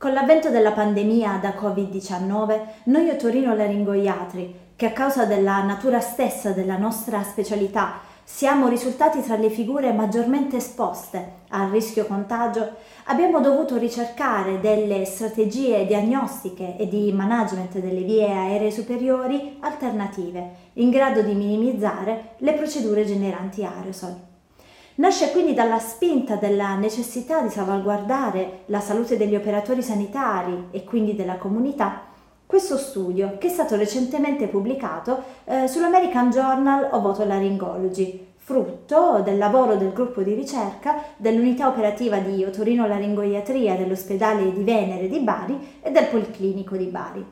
Con l'avvento della pandemia da Covid-19, noi otorinolaringoiatri, che a causa della natura stessa della nostra specialità siamo risultati tra le figure maggiormente esposte al rischio contagio, abbiamo dovuto ricercare delle strategie diagnostiche e di management delle vie aeree superiori alternative, in grado di minimizzare le procedure generanti aerosol. Nasce quindi dalla spinta della necessità di salvaguardare la salute degli operatori sanitari e quindi della comunità questo studio, che è stato recentemente pubblicato sull'American Journal of Otolaryngology, frutto del lavoro del gruppo di ricerca dell'unità operativa di otorinolaringoiatria dell'ospedale di Venere di Bari e del Policlinico di Bari.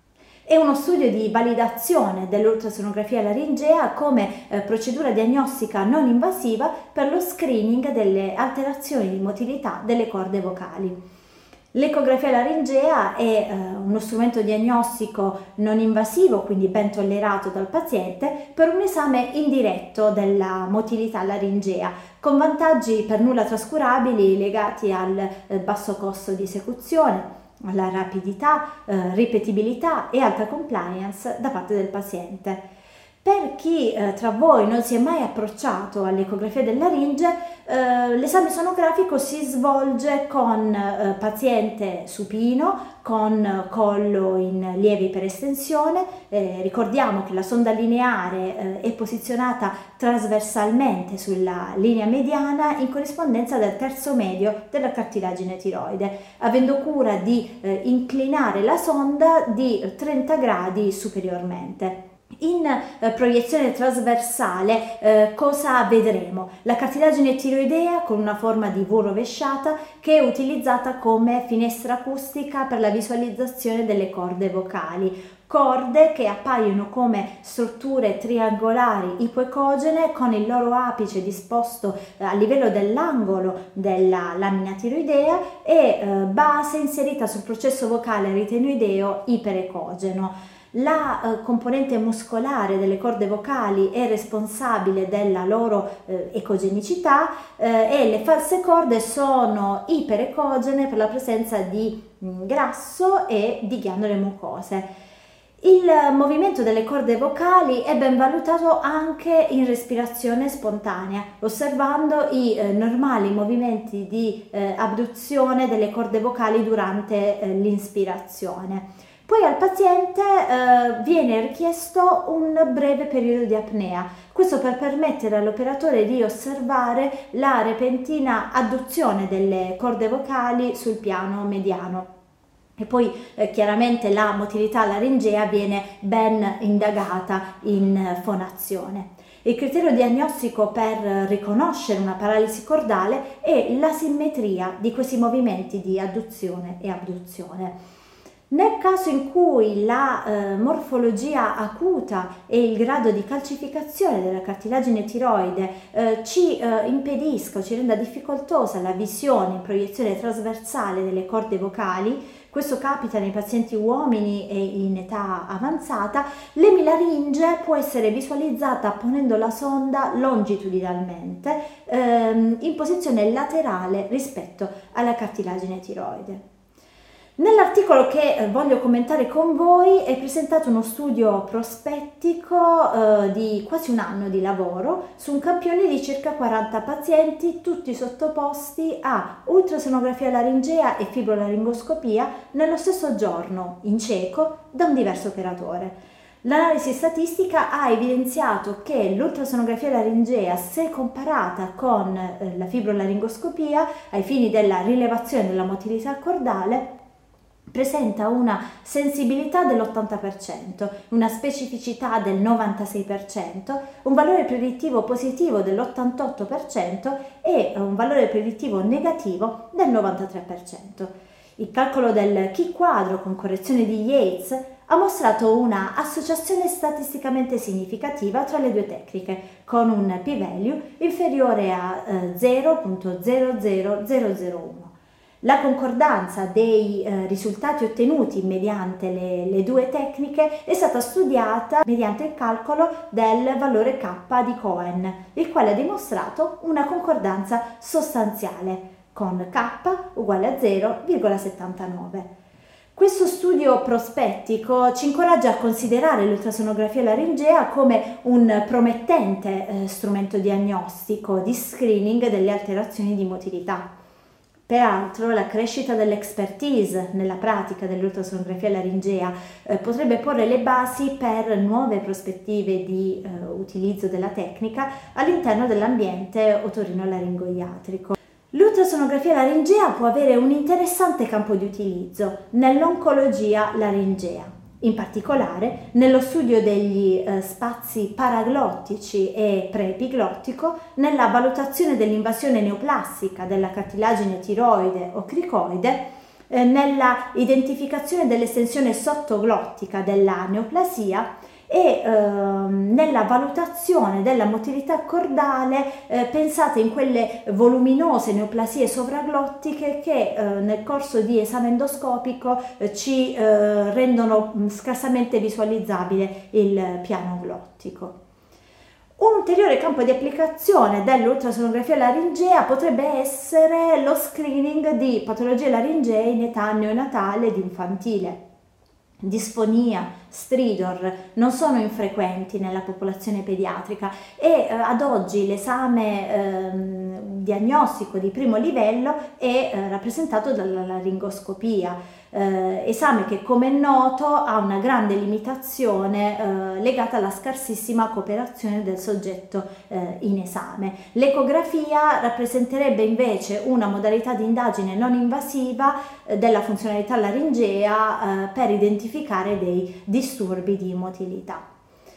È uno studio di validazione dell'ultrasonografia laringea come procedura diagnostica non invasiva per lo screening delle alterazioni di motilità delle corde vocali. L'ecografia laringea è uno strumento diagnostico non invasivo, quindi ben tollerato dal paziente, per un esame indiretto della motilità laringea, con vantaggi per nulla trascurabili legati al basso costo di esecuzione, alla rapidità, ripetibilità e alta compliance da parte del paziente. Per chi tra voi non si è mai approcciato all'ecografia del laringe, l'esame sonografico si svolge con paziente supino, con collo in lieve iperestensione. Ricordiamo che la sonda lineare è posizionata trasversalmente sulla linea mediana in corrispondenza del terzo medio della cartilagine tiroide, avendo cura di inclinare la sonda di 30 gradi superiormente. In proiezione trasversale cosa vedremo? La cartilagine tiroidea con una forma di V rovesciata che è utilizzata come finestra acustica per la visualizzazione delle corde vocali, corde che appaiono come strutture triangolari ipoecogene con il loro apice disposto a livello dell'angolo della lamina tiroidea e base inserita sul processo vocale ritenoideo iperecogeno. La componente muscolare delle corde vocali è responsabile della loro ecogenicità e le false corde sono iperecogene per la presenza di grasso e di ghiandole mucose. Il movimento delle corde vocali è ben valutato anche in respirazione spontanea, osservando i normali movimenti di abduzione delle corde vocali durante l'inspirazione. Poi al paziente viene richiesto un breve periodo di apnea, questo per permettere all'operatore di osservare la repentina adduzione delle corde vocali sul piano mediano. E poi chiaramente la motilità laringea viene ben indagata in fonazione. Il criterio diagnostico per riconoscere una paralisi cordale è l'asimmetria di questi movimenti di adduzione e abduzione. Nel caso in cui la morfologia acuta e il grado di calcificazione della cartilagine tiroide ci impedisca o ci renda difficoltosa la visione in proiezione trasversale delle corde vocali, questo capita nei pazienti uomini e in età avanzata, l'emilaringe può essere visualizzata ponendo la sonda longitudinalmente in posizione laterale rispetto alla cartilagine tiroide. Nell'articolo che voglio commentare con voi è presentato uno studio prospettico di quasi un anno di lavoro su un campione di circa 40 pazienti, tutti sottoposti a ultrasonografia laringea e fibrolaringoscopia nello stesso giorno, in cieco, da un diverso operatore. L'analisi statistica ha evidenziato che l'ultrasonografia laringea, se comparata con la fibrolaringoscopia ai fini della rilevazione della motilità cordale, presenta una sensibilità dell'80%, una specificità del 96%, un valore predittivo positivo dell'88% e un valore predittivo negativo del 93%. Il calcolo del chi-quadro con correzione di Yates ha mostrato una associazione statisticamente significativa tra le due tecniche, con un p-value inferiore a 0.00001. La concordanza dei risultati ottenuti mediante le due tecniche è stata studiata mediante il calcolo del valore K di Cohen, il quale ha dimostrato una concordanza sostanziale. con K uguale a 0,79. Questo studio prospettico ci incoraggia a considerare l'ultrasonografia laringea come un promettente strumento diagnostico di screening delle alterazioni di motilità. Peraltro la crescita dell'expertise nella pratica dell'ultrasonografia laringea potrebbe porre le basi per nuove prospettive di utilizzo della tecnica all'interno dell'ambiente otorinolaringoiatrico. L'ultrasonografia laringea può avere un interessante campo di utilizzo nell'oncologia laringea, in particolare nello studio degli spazi paraglottici e preepiglottico, nella valutazione dell'invasione neoplastica della cartilagine tiroide o cricoide, nella identificazione dell'estensione sottoglottica della neoplasia e nella valutazione della motilità cordale pensate in quelle voluminose neoplasie sovraglottiche che nel corso di esame endoscopico ci rendono scarsamente visualizzabile il piano glottico. Un ulteriore campo di applicazione dell'ultrasonografia laringea potrebbe essere lo screening di patologie laringee in età neonatale ed infantile. Disfonia, stridor non sono infrequenti nella popolazione pediatrica e ad oggi l'esame diagnostico di primo livello è rappresentato dalla laringoscopia, esame che come è noto ha una grande limitazione legata alla scarsissima cooperazione del soggetto in esame. L'ecografia rappresenterebbe invece una modalità di indagine non invasiva della funzionalità laringea per identificare dei disturbi di motilità.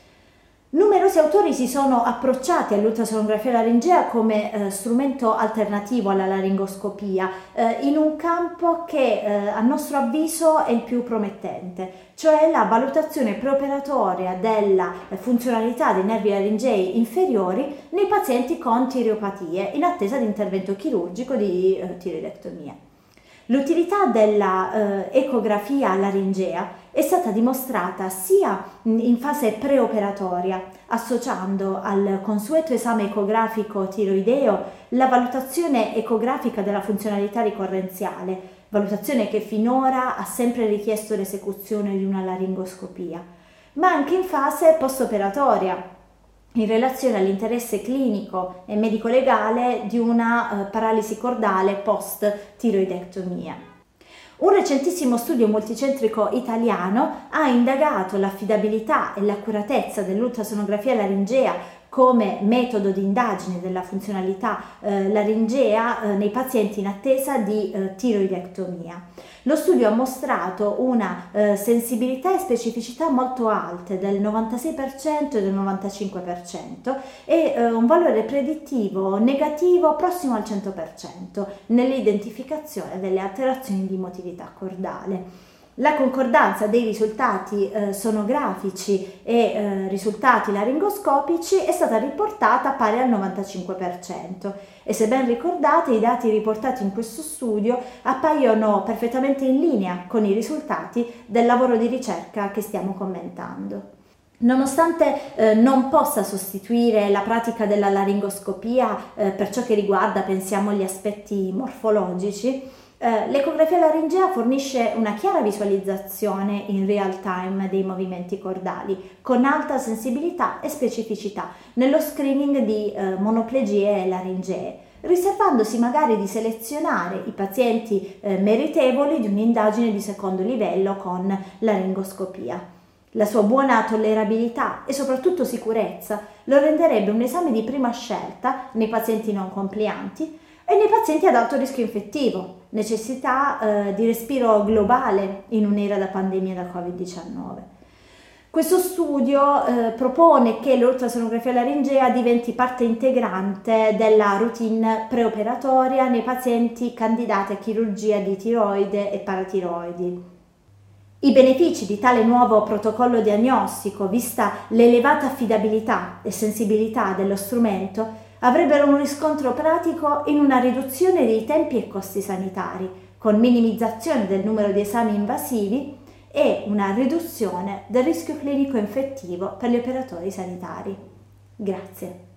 Numerosi autori si sono approcciati all'ultrasonografia laringea come strumento alternativo alla laringoscopia in un campo che a nostro avviso è il più promettente, cioè la valutazione preoperatoria della funzionalità dei nervi laringei inferiori nei pazienti con tireopatie in attesa di intervento chirurgico di tiroidectomia. L'utilità della ecografia laringea è stata dimostrata sia in fase preoperatoria, associando al consueto esame ecografico tiroideo la valutazione ecografica della funzionalità ricorrenziale, valutazione che finora ha sempre richiesto l'esecuzione di una laringoscopia, ma anche in fase postoperatoria, in relazione all'interesse clinico e medico-legale di una paralisi cordale post-tiroidectomia. Un recentissimo studio multicentrico italiano ha indagato l'affidabilità e l'accuratezza dell'ultrasonografia laringea come metodo di indagine della funzionalità laringea nei pazienti in attesa di tiroidectomia. Lo studio ha mostrato una sensibilità e specificità molto alte, del 96% e del 95%, e un valore predittivo negativo prossimo al 100% nell'identificazione delle alterazioni di motilità cordale. La concordanza dei risultati sonografici e risultati laringoscopici è stata riportata pari al 95% e, se ben ricordate, i dati riportati in questo studio appaiono perfettamente in linea con i risultati del lavoro di ricerca che stiamo commentando. Nonostante non possa sostituire la pratica della laringoscopia per ciò che riguarda, pensiamo, gli aspetti morfologici, l'ecografia laringea fornisce una chiara visualizzazione in real time dei movimenti cordali, con alta sensibilità e specificità nello screening di monoplegie laringee, riservandosi magari di selezionare i pazienti meritevoli di un'indagine di secondo livello con laringoscopia. La sua buona tollerabilità e soprattutto sicurezza lo renderebbe un esame di prima scelta nei pazienti non complianti e nei pazienti ad alto rischio infettivo, necessità di respiro globale in un'era da pandemia da Covid-19. Questo studio propone che l'ultrasonografia laringea diventi parte integrante della routine preoperatoria nei pazienti candidati a chirurgia di tiroide e paratiroidi. I benefici di tale nuovo protocollo diagnostico, vista l'elevata affidabilità e sensibilità dello strumento, avrebbero un riscontro pratico in una riduzione dei tempi e costi sanitari, con minimizzazione del numero di esami invasivi e una riduzione del rischio clinico infettivo per gli operatori sanitari. Grazie.